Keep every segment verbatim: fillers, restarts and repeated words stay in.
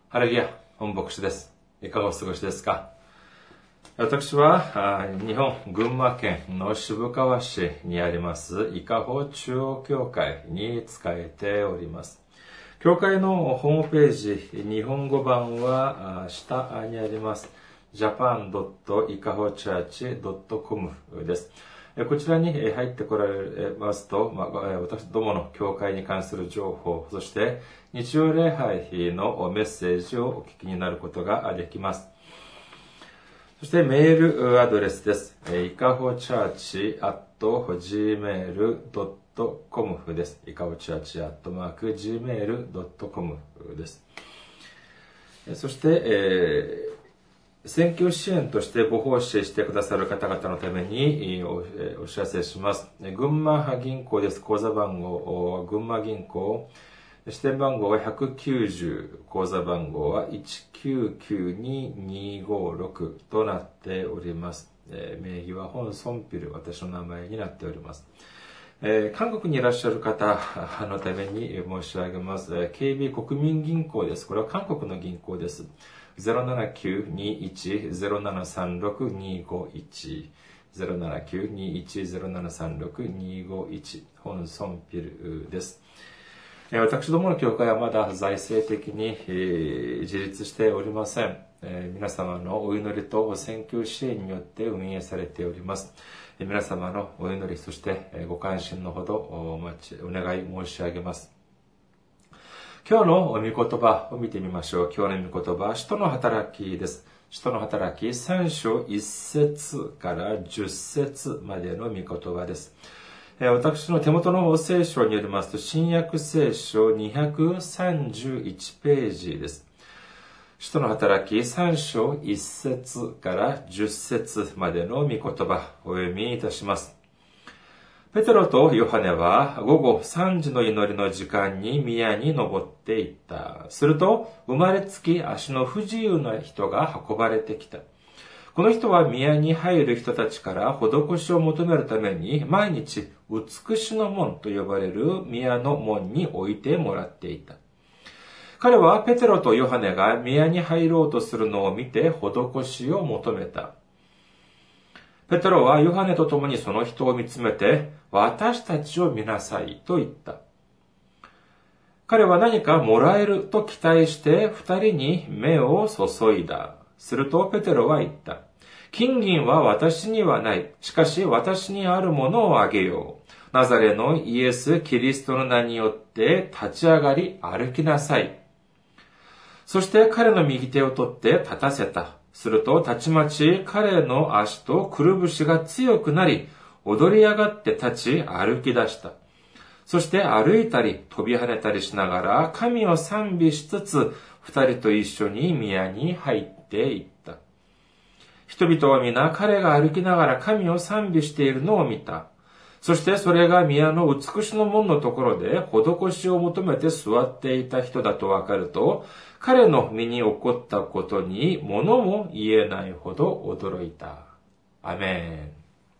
ハレルヤ、本牧師です。いかがお過ごしですか？私は日本群馬県の渋川市にあります伊香保中央教会に仕えております。教会のホームページ、日本語版は下にあります。ジャパンドットイカホチャーチドットコム です。こちらに入ってこられますと、まあ、私どもの教会に関する情報、そして日曜礼拝のメッセージをお聞きになることができます。そしてメールアドレスです。イカホチャーチアットジーメールドットコム です。イカホチャーチアットマークジーメールドットコム です。そして、えー選挙支援としてご奉仕してくださる方々のためにお知らせします。群馬銀行です。口座番号、群馬銀行。支店番号はひゃくきゅうじゅう、口座番号はいちきゅうきゅうににごろくとなっております。名義は本ソンピル、私の名前になっております。えー、韓国にいらっしゃる方のために申し上げます。ケービー 国民銀行です。これは韓国の銀行です。ゼロななきゅうにいちゼロななさんろくにごいち ゼロななきゅうにいちゼロななさんろくにごいち本ソンピルです。私どもの教会はまだ財政的に自立しておりません。皆様のお祈りと選挙支援によって運営されております。皆様のお祈り、そしてご関心のほどお待ち、お願い申し上げます。今日の御言葉を見てみましょう。今日の御言葉は使徒の働きです。使徒の働きさん章いち節からじゅっ節までの御言葉です。私の手元の聖書によりますと、新約聖書にひゃくさんじゅういちページです。使徒の働きさん章いち節からじゅっ節までの御言葉をお読みいたします。ペテロとヨハネは午後さんじの祈りの時間に宮に登っていった。すると生まれつき足の不自由な人が運ばれてきた。この人は宮に入る人たちから施しを求めるために毎日美しの門と呼ばれる宮の門に置いてもらっていた。彼はペテロとヨハネが宮に入ろうとするのを見て施しを求めた。ペテロはヨハネと共にその人を見つめて、私たちを見なさいと言った。彼は何かもらえると期待して二人に目を注いだ。するとペテロは言った。金銀は私にはない。しかし私にあるものをあげよう。ナザレのイエス・キリストの名によって立ち上がり歩きなさい。そして彼の右手を取って立たせた。すると、たちまち彼の足とくるぶしが強くなり、踊り上がって立ち歩き出した。そして歩いたり飛び跳ねたりしながら、神を賛美しつつ、二人と一緒に宮に入っていった。人々は皆彼が歩きながら神を賛美しているのを見た。そしてそれが宮の美しの門のところで施しを求めて座っていた人だとわかると、彼の身に起こったことに物も言えないほど驚いた。アメン。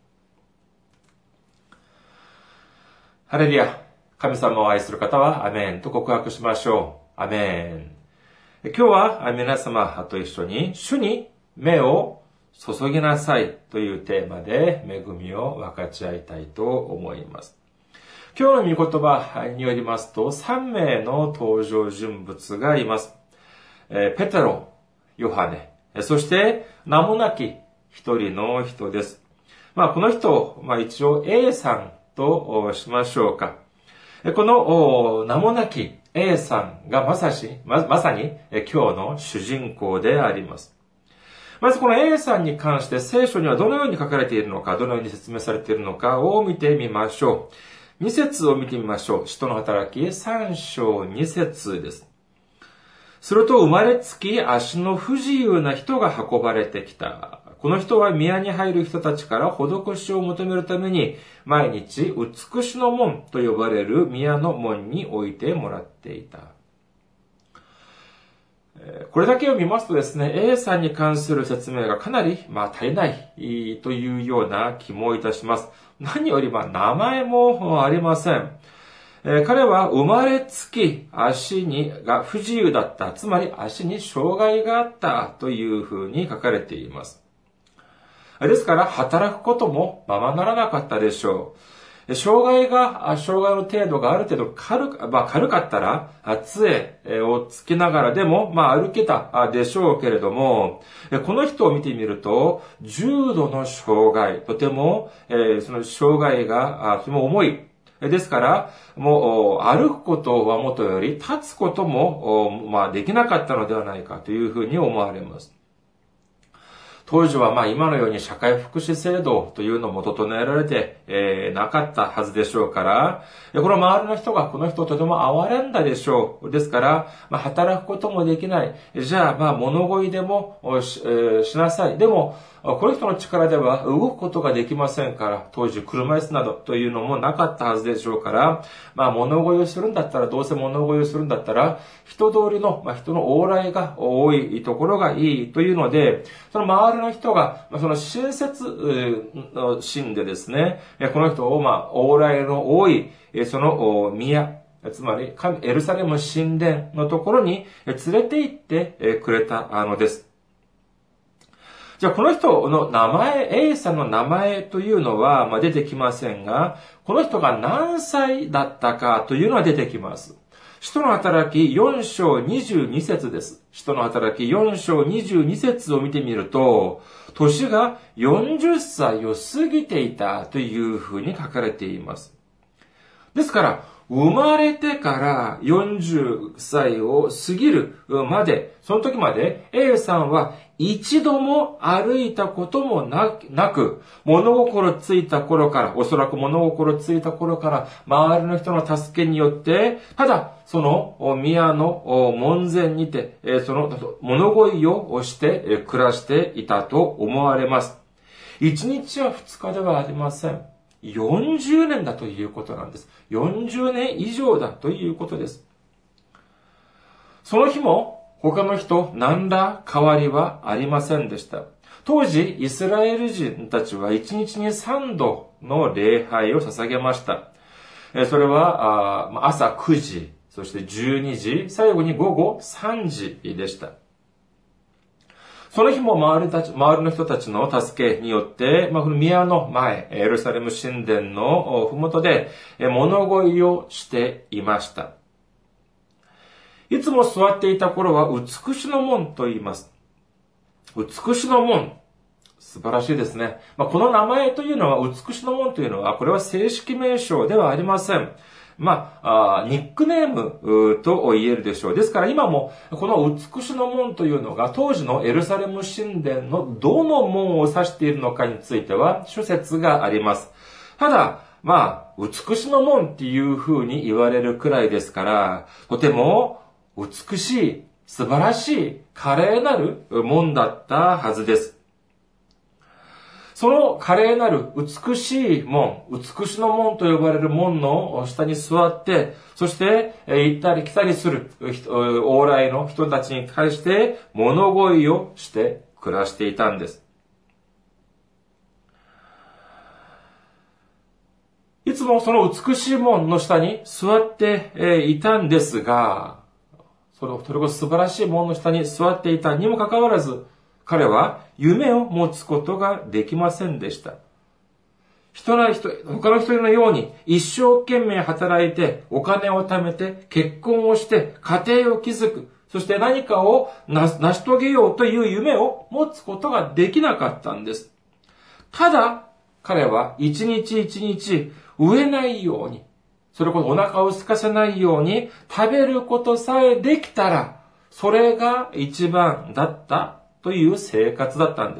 ハレルヤ。神様を愛する方はアメンと告白しましょう。アメン。今日は皆様と一緒に主に目を注ぎなさいというテーマで恵みを分かち合いたいと思います。今日の御言葉によりますとさん名の登場人物がいます。ペテロ、ヨハネ、そして名もなき一人の人です。まあこの人を、まあ、一応 A さんとしましょうか。この名もなき A さんがまさし、ま、まさに今日の主人公であります。まずこの A さんに関して聖書にはどのように書かれているのか、どのように説明されているのかを見てみましょう。に節を見てみましょう。使徒の働きさん章に節です。すると生まれつき足の不自由な人が運ばれてきた。この人は宮に入る人たちから施しを求めるために毎日美しの門と呼ばれる宮の門に置いてもらっていた。これだけを見ますとですね、A さんに関する説明がかなり、まあ、足りないというような気もいたします。何より、まあ、名前もありません。 えー、彼は生まれつき足にが不自由だった。つまり足に障害があったというふうに書かれています。ですから、働くこともままならなかったでしょう。障害が、障害の程度がある程度軽く、まあ、軽かったら、杖をつきながらでも、まあ、歩けたでしょうけれども、この人を見てみると、重度の障害、とても、その障害が、とても重い。ですから、もう、歩くことはもとより、立つことも、まあ、できなかったのではないかというふうに思われます。当時はまあ今のように社会福祉制度というのも整えられて、えー、なかったはずでしょうから、この周りの人がこの人をとても憐れんだでしょう。ですから、まあ、働くこともできない。じゃあまあ物乞いでも し,、えー、しなさい。でも、この人の力では動くことができませんから、当時車椅子などというのもなかったはずでしょうから、まあ物乞いをするんだったら、どうせ物乞いをするんだったら、人通りの、まあ、人の往来が多いところがいいというので、その周りの人が、その親切の心でですね、この人を、まあ、往来の多い、その宮、つまりエルサレム神殿のところに連れて行ってくれたのです。じゃあこの人の名前、A さんの名前というのは、まあ、出てきませんが、この人が何歳だったかというのは出てきます。使徒の働きよん章にじゅうに節です。使徒の働きよん章にじゅうに節を見てみると、年がよんじゅっさいを過ぎていたというふうに書かれています。ですから、生まれてからよんじゅっさいを過ぎるまで、その時まで A さんは一度も歩いたこともなく、物心ついた頃から、おそらく物心ついた頃から、周りの人の助けによって、ただ、その宮の門前にて、その物乞いをして暮らしていたと思われます。一日や二日ではありません。よんじゅうねんだということなんです。よんじゅうねん以上だということです。その日も他の日と何ら変わりはありませんでした。当時、イスラエル人たちはいちにちにさんどの礼拝を捧げました。それは朝くじ、そしてじゅうにじ、最後に午後さんじでした。その日も周りたち、周りの人たちの助けによって、まあ、この宮の前、エルサレム神殿のふもとで物乞いをしていました。いつも座っていた頃は美しの門と言います。美しの門。素晴らしいですね。まあ、この名前というのは、美しの門というのは、これは正式名称ではありません。まあ、あニックネームと言えるでしょう。ですから今も、この美しの門というのが、当時のエルサレム神殿のどの門を指しているのかについては、諸説があります。ただ、まあ、美しの門っていう風に言われるくらいですから、とても美しい、素晴らしい、華麗なる門だったはずです。その華麗なる美しい門、美しの門と呼ばれる門の下に座って、そして行ったり来たりする往来の人たちに対して物乞いをして暮らしていたんです。いつもその美しい門の下に座っていたんですが、それこそ素晴らしい門の下に座っていたにもかかわらず、彼は夢を持つことができませんでした。人な人、他の人のように一生懸命働いてお金を貯めて結婚をして家庭を築く。そして何かを成し遂げようという夢を持つことができなかったんです。ただ彼は一日一日飢えないように、それこそお腹を空かせないように食べることさえできたら、それが一番だったという生活だったんです。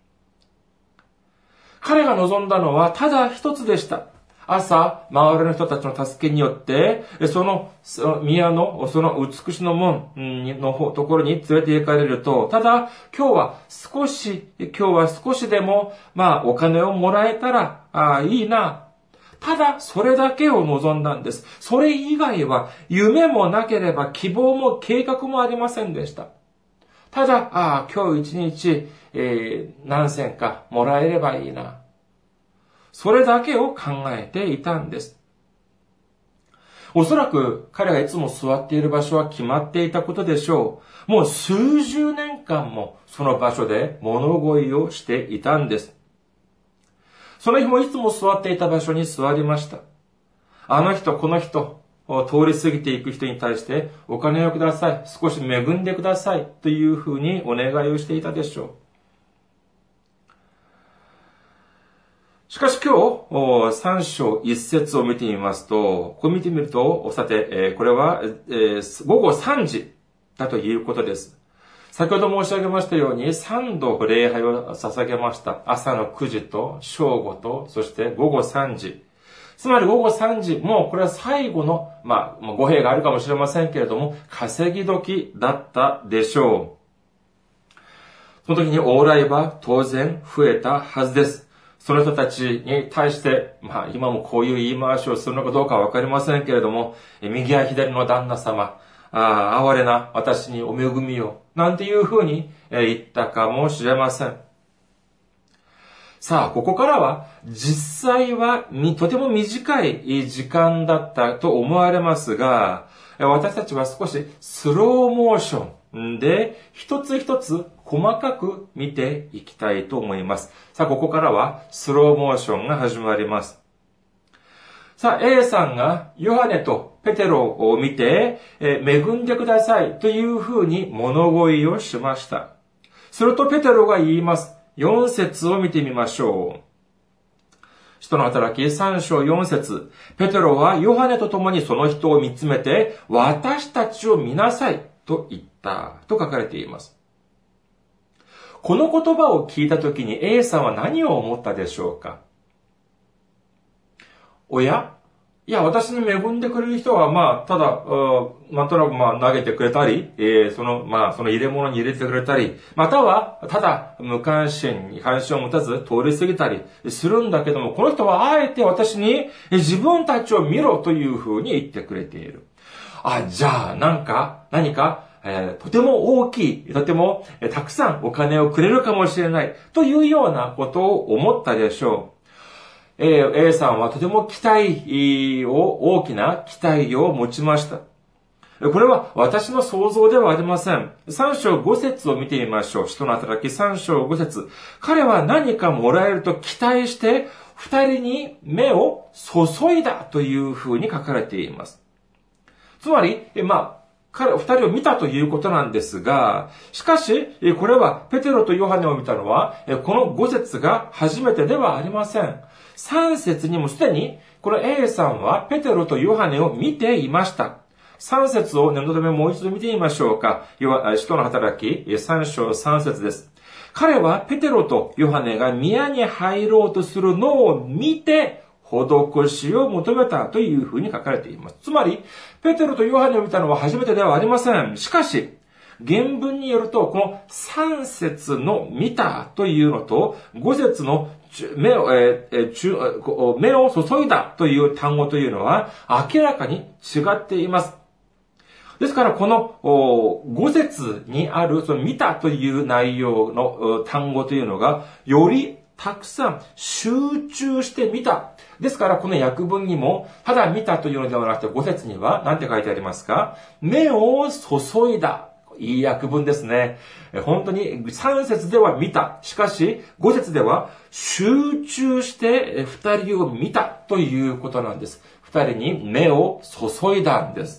彼が望んだのはただ一つでした。朝、周りの人たちの助けによって、その、その宮の、その美しの門のところに連れて行かれると、ただ、今日は少し、今日は少しでも、まあ、お金をもらえたら、ああ、いいな。ただ、それだけを望んだんです。それ以外は、夢もなければ、希望も計画もありませんでした。ただ、ああ、今日一日、えー、何銭かもらえればいいな。それだけを考えていたんです。 おそらく彼がいつも座っている場所は決まっていたことでしょう。もう数十年間もその場所で物乞いをしていたんです。その日もいつも座っていた場所に座りました。あの人、この人、通り過ぎていく人に対してお金をください、少し恵んでくださいというふうにお願いをしていたでしょう。しかし今日、三章一節を見てみますと、こう見てみると、さて、これは午後三時だということです。先ほど申し上げましたように、三度礼拝を捧げました。朝のくじと正午と、そして午後三時。つまり午後三時、もうこれは最後の、まあ、語弊があるかもしれませんけれども、稼ぎ時だったでしょう。その時に往来は当然増えたはずです。その人たちに対して、まあ今もこういう言い回しをするのかどうかわかりませんけれども、右や左の旦那様、ああ、哀れな私にお恵みを、なんていうふうに言ったかもしれません。さあ、ここからは、実際はとても短い時間だったと思われますが、私たちは少しスローモーションで、一つ一つ細かく見ていきたいと思います。さあ、ここからはスローモーションが始まります。さあ、A さんがヨハネとペテロを見て、え恵んでくださいというふうに物乞いをしました。するとペテロが言います。よん節を見てみましょう。使徒の働きさん章よん節。ペテロはヨハネと共にその人を見つめて、私たちを見なさいと言ったと書かれています。この言葉を聞いたときに A さんは何を思ったでしょうか。おやいや、私に恵んでくれる人は、まあ、ただ、なんとなく、まあ、投げてくれたり、えー、その、まあ、その入れ物に入れてくれたり、または、ただ、無関心に関心を持たず通り過ぎたりするんだけども、この人はあえて私に自分たちを見ろというふうに言ってくれている。あ、じゃあ、なんか、何か、えー、とても大きい、とても、えー、たくさんお金をくれるかもしれない、というようなことを思ったでしょう。A さんはとても期待を、大きな期待を持ちました。これは私の想像ではありません。さん章ご節を見てみましょう。使徒の働きさん章ご節。彼は何かもらえると期待して、二人に目を注いだというふうに書かれています。つまり、まあ、彼、二人を見たということなんですが、しかし、これはペテロとヨハネを見たのは、このご節が初めてではありません。さん節にもすでに、この A さんはペテロとヨハネを見ていました。さん節を念のためもう一度見てみましょうか。使徒の働きさん章さん節です。彼はペテロとヨハネが宮に入ろうとするのを見て、施しを求めたというふうに書かれています。つまり、ペテロとヨハネを見たのは初めてではありません。しかし、原文によると、このさん節の見たというのと、ご節の目を、えー、目を注いだという単語というのは明らかに違っています。ですから、このご節にある、その見たという内容の単語というのが、よりたくさん集中して見た。ですから、この訳文にも、ただ見たというのではなくて、ご節には何て書いてありますか？目を注いだ。いい訳文ですね。本当にさん節では見た。しかし、ご節では集中して二人を見たということなんです。二人に目を注いだんです。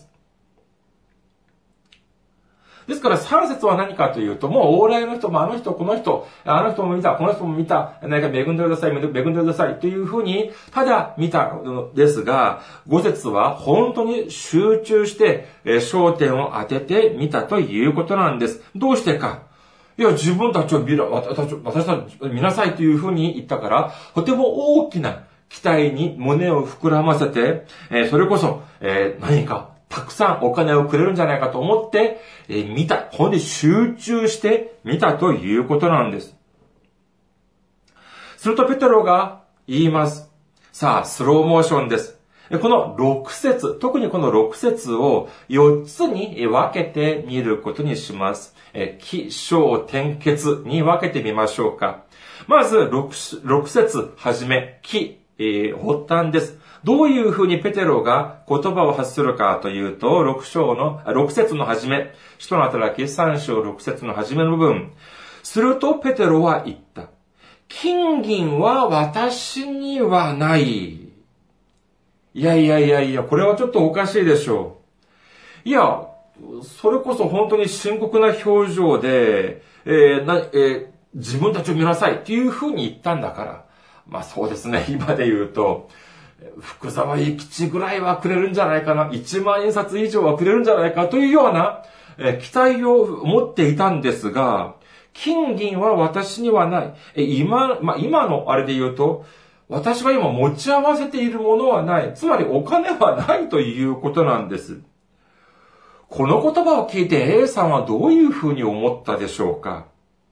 ですからさん節は何かというと、もう往来の人もあの人、この人、あの人も見た、この人も見た、何か恵んでください、恵んでくださいというふうに、ただ見たのですが、ご節は本当に集中して、焦点を当てて見たということなんです。どうしてか。いや、自分たちを見ろ、私たち、私たち見なさいというふうに言ったから、とても大きな期待に胸を膨らませて、それこそ、何か、たくさんお金をくれるんじゃないかと思って、えー、見た。ほんで集中して見たということなんです。するとペテロが言います。さあ、スローモーションです。このろく節、特にこのろく節をよっつに分けてみることにします。え起承転結に分けてみましょうか。まず 6, 6節はじめ、起、えー、発端です。 どういうふうにペテロが言葉を発するかというと、ろく章の、ろく節の始め、使徒の働きさん章ろく節の始めの部分。するとペテロは言った。金銀は私にはない。いやいやいやいや、これはちょっとおかしいでしょう。いや、それこそ本当に深刻な表情で、えーなえー、自分たちを見なさいっていうふうに言ったんだから。まあそうですね、今で言うと、福沢諭吉ぐらいはくれるんじゃないかな、いちまんえん札以上はくれるんじゃないかというような、えー、期待を持っていたんですが、金銀は私にはない。え今、まあ今のあれで言うと、私が今持ち合わせているものはない。つまりお金はないということなんです。この言葉を聞いて A さんはどういうふうに思ったでしょうか。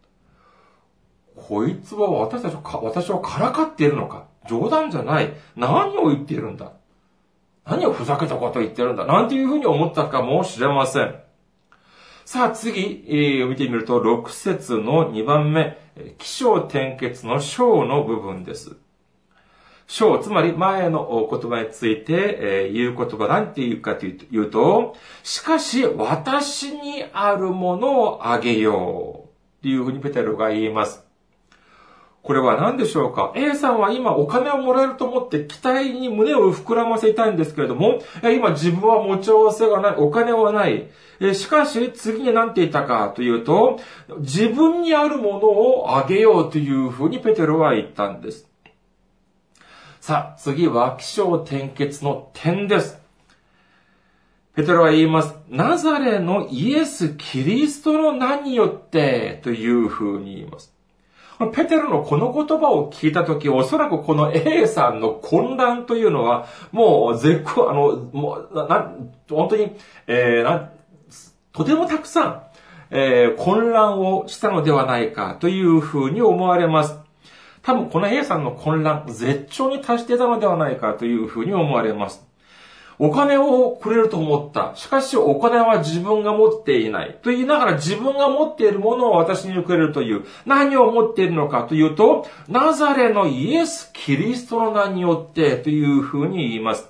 こいつは私たちをか、私をからかっているのか。冗談じゃない。何を言っているんだ。何をふざけたことを言ってるんだ。なんていうふうに思ったかもしれません。さあ次、えー、見てみるとろく節のにばんめ、起承転結の章の部分です。章、つまり前の言葉について、えー、言う言葉なんていうかというと、しかし私にあるものをあげようというふうにペテロが言います。これは何でしょうか。 A さんは今お金をもらえると思って期待に胸を膨らませたいんですけれども、今自分は持ち合わせがない、お金はない。しかし次に何て言ったかというと、自分にあるものをあげようというふうにペテロは言ったんです。さあ次は起承転結の点です。ペテロは言います。ナザレのイエス・キリストの名によってというふうに言います。ペテロのこの言葉を聞いたとき、おそらくこの A さんの混乱というのは、もう絶好、あの、もう、な、本当に、えー、な、とてもたくさん、えー、混乱をしたのではないかというふうに思われます。多分この A さんの混乱、絶頂に達していたのではないかというふうに思われます。お金をくれると思った。しかしお金は自分が持っていない。と言いながら自分が持っているものを私にくれるという。何を持っているのかというと、ナザレのイエス・キリストの名によってというふうに言います。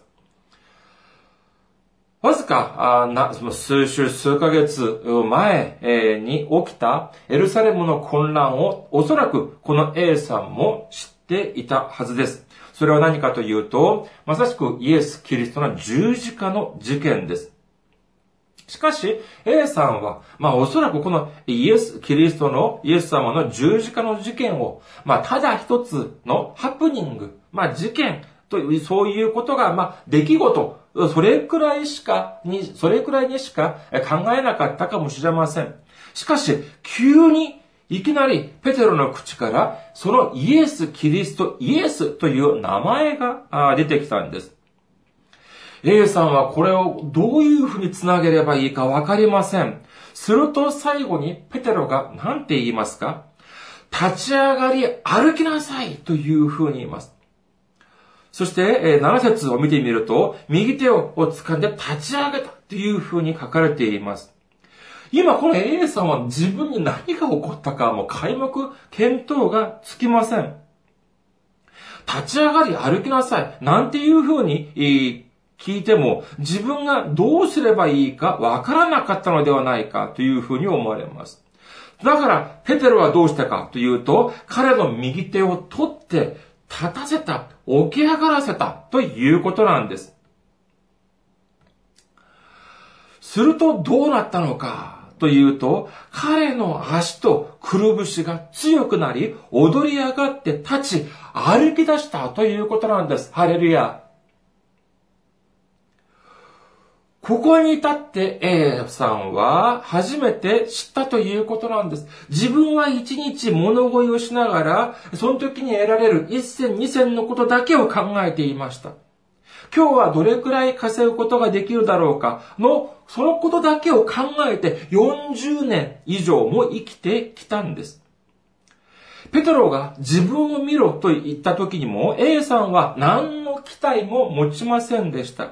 わずか、あな数週、数ヶ月前に起きたエルサレムの混乱をおそらくこの A さんも知っていたはずです。それは何かというと、まさしくイエス・キリストの十字架の事件です。しかし、A さんは、まあおそらくこのイエス・キリストのイエス様の十字架の事件を、まあただ一つのハプニング、まあ事件という、そういうことが、まあ出来事、それくらいしかに、それくらいにしか考えなかったかもしれません。しかし、急に、いきなりペテロの口からそのイエス・キリスト、イエスという名前が出てきたんです。A さんはこれをどういうふうにつなげればいいかわかりません。すると最後にペテロが何て言いますか？立ち上がり歩きなさいというふうに言います。そしてなな節を見てみると、右手を掴んで立ち上げたというふうに書かれています。今この A さんは自分に何が起こったかもう皆目見当がつきません。立ち上がり歩きなさいなんていうふうに聞いても自分がどうすればいいかわからなかったのではないかというふうに思われます。だからペテロはどうしたかというと、彼の右手を取って立たせた、起き上がらせたということなんです。するとどうなったのかというと、彼の足とくるぶしが強くなり、踊り上がって立ち、歩き出したということなんです。ハレルヤ。ここに至って A さんは初めて知ったということなんです。自分は一日物乞いをしながら、その時に得られる一銭二銭のことだけを考えていました。今日はどれくらい稼ぐことができるだろうかの、そのことだけを考えてよんじゅうねん以上も生きてきたんです。ペテロが自分を見ろと言った時にも A さんは何の期待も持ちませんでした。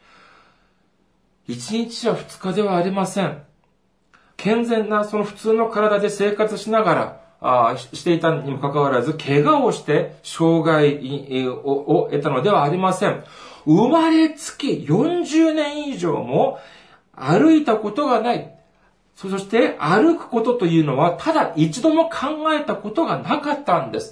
一日や二日ではありません。健全なその普通の体で生活しながあしていたにもかかわらず、怪我をして障害を得たのではありません。生まれつきよんじゅうねん以上も歩いたことがない。そして歩くことというのはただ一度も考えたことがなかったんです。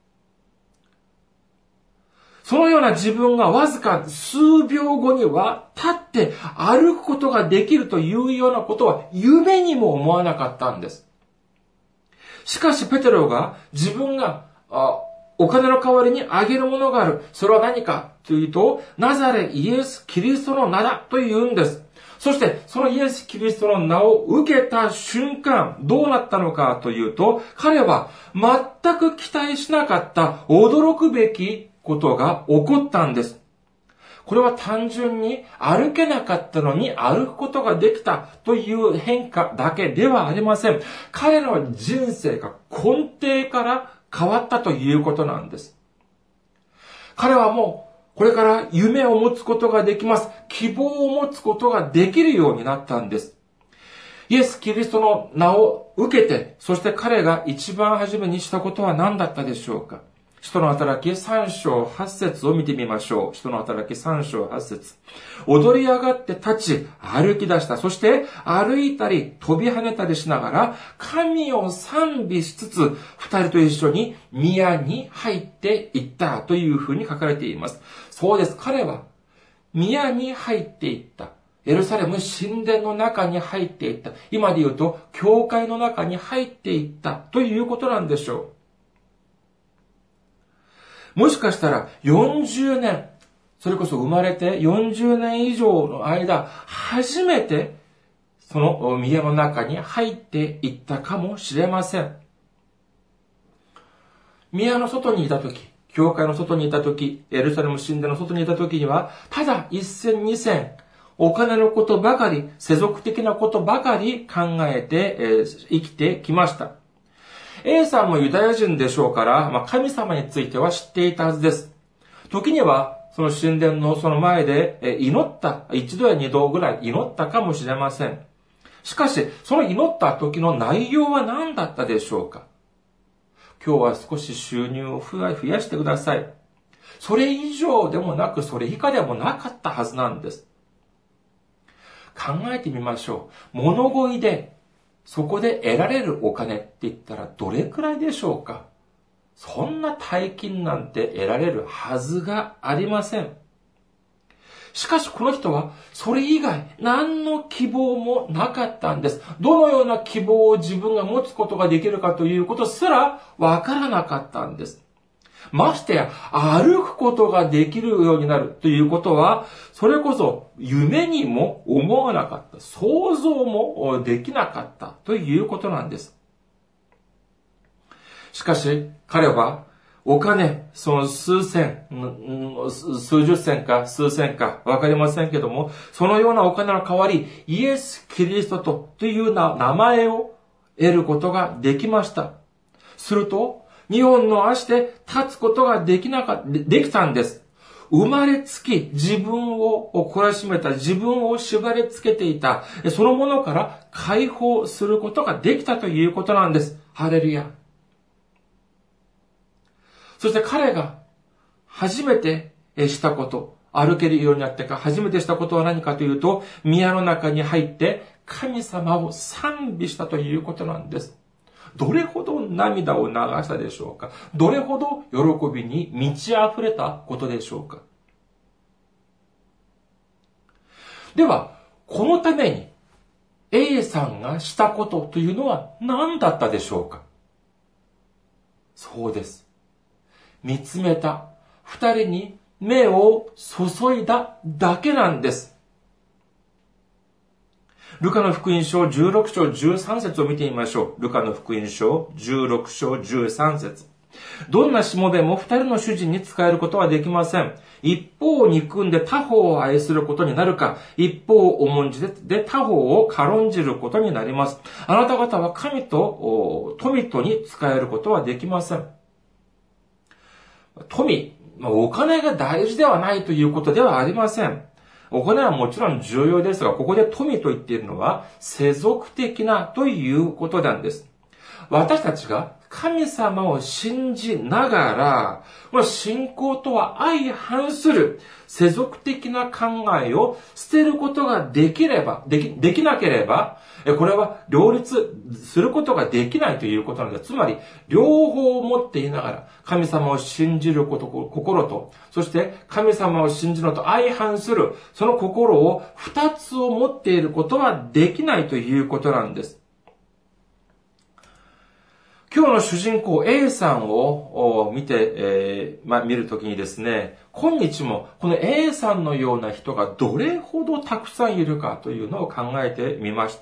そのような自分がわずか数秒後には立って歩くことができるというようなことは夢にも思わなかったんです。しかしペテロが自分があお金の代わりにあげるものがある。それは何かというと、ナザレイエス・キリストの名だと言うんです。そしてそのイエス・キリストの名を受けた瞬間、どうなったのかというと、彼は全く期待しなかった驚くべきことが起こったんです。これは単純に歩けなかったのに歩くことができたという変化だけではありません。彼の人生が根底から変わったということなんです。彼はもうこれから夢を持つことができます。希望を持つことができるようになったんです。イエス・キリストの名を受けて、そして彼が一番初めにしたことは何だったでしょうか。使徒の働きさん章はち節を見てみましょう。使徒の働きさん章はち節。踊り上がって立ち、歩き出した。そして歩いたり飛び跳ねたりしながら、神を賛美しつつ、二人と一緒に宮に入っていったというふうに書かれています。そうです。彼は宮に入っていった。エルサレム神殿の中に入っていった。今で言うと、教会の中に入っていったということなんでしょう。もしかしたらよんじゅうねん、それこそ生まれてよんじゅうねん以上の間、初めてその宮の中に入っていったかもしれません。宮の外にいたとき、教会の外にいたとき、エルサレム神殿の外にいたときには、ただ一銭二銭、お金のことばかり、世俗的なことばかり考えて、えー、生きてきました。A さんもユダヤ人でしょうから、まあ、神様については知っていたはずです。時には、その神殿のその前で祈った、一度や二度ぐらい祈ったかもしれません。しかし、その祈った時の内容は何だったでしょうか。今日は少し収入を増やしてください。それ以上でもなく、それ以下でもなかったはずなんです。考えてみましょう。物乞いで、そこで得られるお金って言ったらどれくらいでしょうか。そんな大金なんて得られるはずがありません。しかしこの人はそれ以外何の希望もなかったんです。どのような希望を自分が持つことができるかということすらわからなかったんです。ましてや歩くことができるようになるということは、それこそ夢にも思わなかった、想像もできなかったということなんです。しかし彼はお金、その数千、数十銭か数千かわかりませんけども、そのようなお金の代わり、イエス・キリストとという名前を得ることができました。すると、二本の足で立つことができなかった、できたんです。生まれつき自分を懲らしめた、自分を縛り付けていた、そのものから解放することができたということなんです。ハレルヤ。そして彼が初めてしたこと、歩けるようになってから初めてしたことは何かというと、宮の中に入って神様を賛美したということなんです。どれほど涙を流したでしょうか。どれほど喜びに満ち溢れたことでしょうか。では、このために A さんがしたことというのは何だったでしょうか。そうです。見つめた。二人に目を注いだだけなんです。ルカの福音書じゅうろく章じゅうさん節を見てみましょう。ルカの福音書じゅうろく章じゅうさん節。どんなしもべも二人の主人に仕えることはできません。一方を憎んで他方を愛することになるか、一方を重んじて他方を軽んじることになります。あなた方は神と富とに仕えることはできません。富、お金が大事ではないということではありません。お金はもちろん重要ですが、ここで富と言っているのは世俗的なということなんです。私たちが神様を信じながら、この信仰とは相反する世俗的な考えを捨てることができれば、でき、できなければ、これは両立することができないということなんです。つまり、両方を持っていながら、神様を信じること、心と、そして神様を信じるのと相反する、その心を二つを持っていることはできないということなんです。今日の主人公 A さんを見て、えーまあ、見るときにですね、今日もこの A さんのような人がどれほどたくさんいるかというのを考えてみました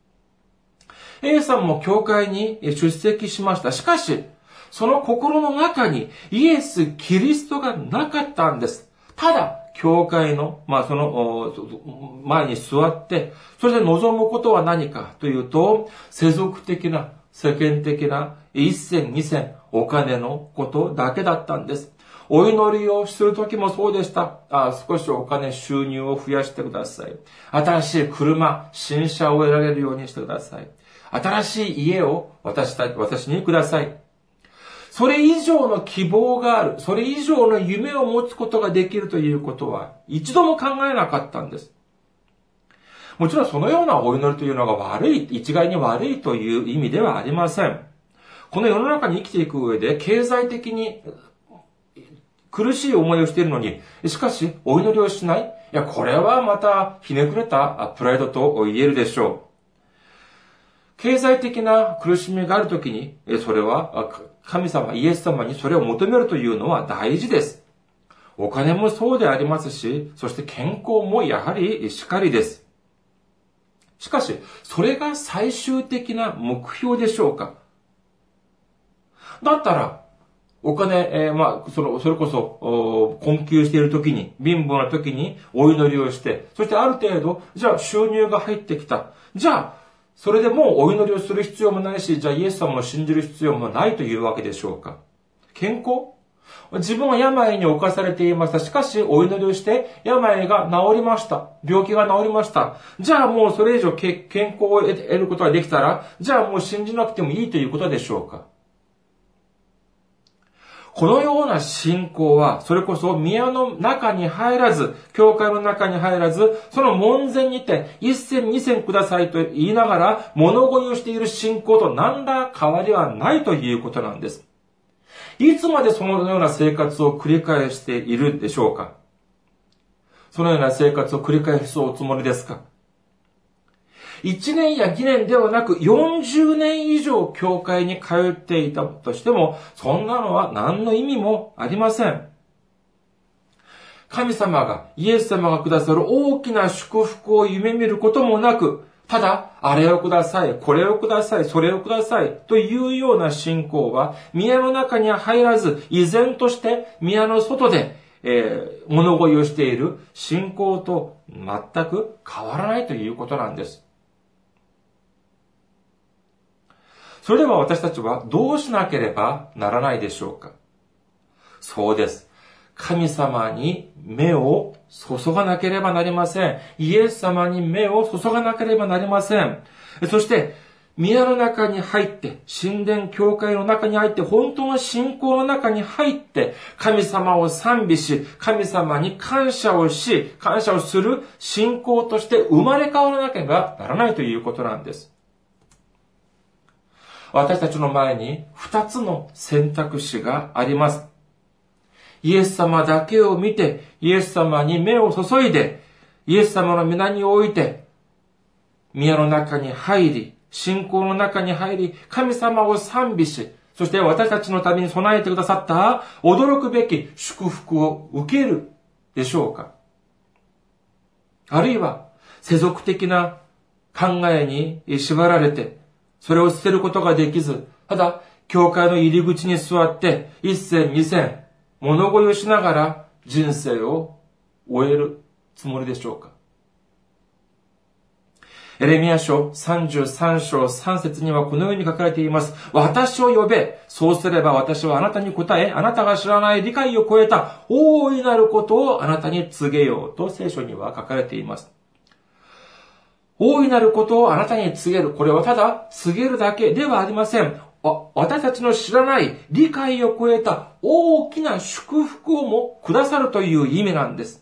。A さんも教会に出席しました。しかし、その心の中にイエス・キリストがなかったんです。ただ、教会の、まあ、その、前に座って、それで望むことは何かというと、世俗的な、世間的な一銭二銭お金のことだけだったんです。お祈りをするときもそうでした。あ少しお金収入を増やしてください。新しい車、新車を得られるようにしてください。新しい家を私た私にください。それ以上の希望がある、それ以上の夢を持つことができるということは一度も考えなかったんです。もちろんそのようなお祈りというのが悪い、一概に悪いという意味ではありません。この世の中に生きていく上で経済的に苦しい思いをしているのに、しかしお祈りをしない。いや、これはまたひねくれたプライドと言えるでしょう。経済的な苦しみがあるときに、それは神様、イエス様にそれを求めるというのは大事です。お金もそうでありますし、そして健康もやはりしかりです。しかし、それが最終的な目標でしょうか？だったら、お金、えー、まあ、その、それこそ、困窮している時に、貧乏な時にお祈りをして、そしてある程度、じゃあ収入が入ってきた。じゃあ、それでもうお祈りをする必要もないし、じゃあイエス様を信じる必要もないというわけでしょうか？健康？自分は病に侵されていました。しかし、お祈りをして、病が治りました。病気が治りました。じゃあもうそれ以上健康を得ることができたら、じゃあもう信じなくてもいいということでしょうか？このような信仰は、それこそ宮の中に入らず、教会の中に入らず、その門前にて、一銭二銭くださいと言いながら、物乞いをしている信仰と何ら変わりはないということなんです。いつまでそのような生活を繰り返しているでしょうか？そのような生活を繰り返すおつもりですか？一年や二年ではなくよんじゅうねん以上教会に通っていたとしても、そんなのは何の意味もありません。神様が、イエス様がくださる大きな祝福を夢見ることもなく、ただ、あれをください、これをください、それをください、というような信仰は、宮の中には入らず、依然として宮の外で、えー、物乞いをしている信仰と全く変わらないということなんです。それでは私たちはどうしなければならないでしょうか？そうです。神様に目を注がなければなりません。イエス様に目を注がなければなりません。そして、宮の中に入って、神殿教会の中に入って、本当の信仰の中に入って、神様を賛美し、神様に感謝をし、感謝をする信仰として生まれ変わらなければならないということなんです。私たちの前に二つの選択肢があります。イエス様だけを見て、イエス様に目を注いで、イエス様の御名において、宮の中に入り、信仰の中に入り、神様を賛美し、そして私たちのために備えてくださった驚くべき祝福を受けるでしょうか？あるいは、世俗的な考えに縛られて、それを捨てることができず、ただ、教会の入り口に座って、一銭二銭、物乞いをしながら人生を終えるつもりでしょうか？エレミヤ書さんじゅうさん章さん節にはこのように書かれています。私を呼べ。そうすれば私はあなたに答え、あなたが知らない理解を超えた大いなることをあなたに告げようと聖書には書かれています。大いなることをあなたに告げる。これはただ告げるだけではありません。 あ私たちの知らない理解を超えた大きな祝福をもくださるという意味なんです。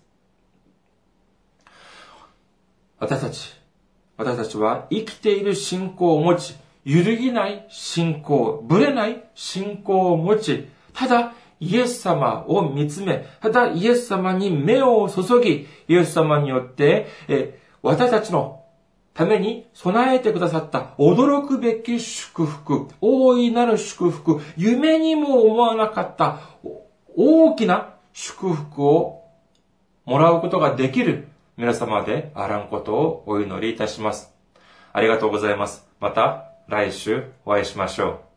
私たち、私たちは生きている信仰を持ち、揺るぎない信仰、ぶれない信仰を持ち、ただイエス様を見つめ、ただイエス様に目を注ぎ、イエス様によって、え私たちのために備えてくださった驚くべき祝福、大いなる祝福、夢にも思わなかった大きな祝福をもらうことができる皆様であらんことをお祈りいたします。ありがとうございます。また来週お会いしましょう。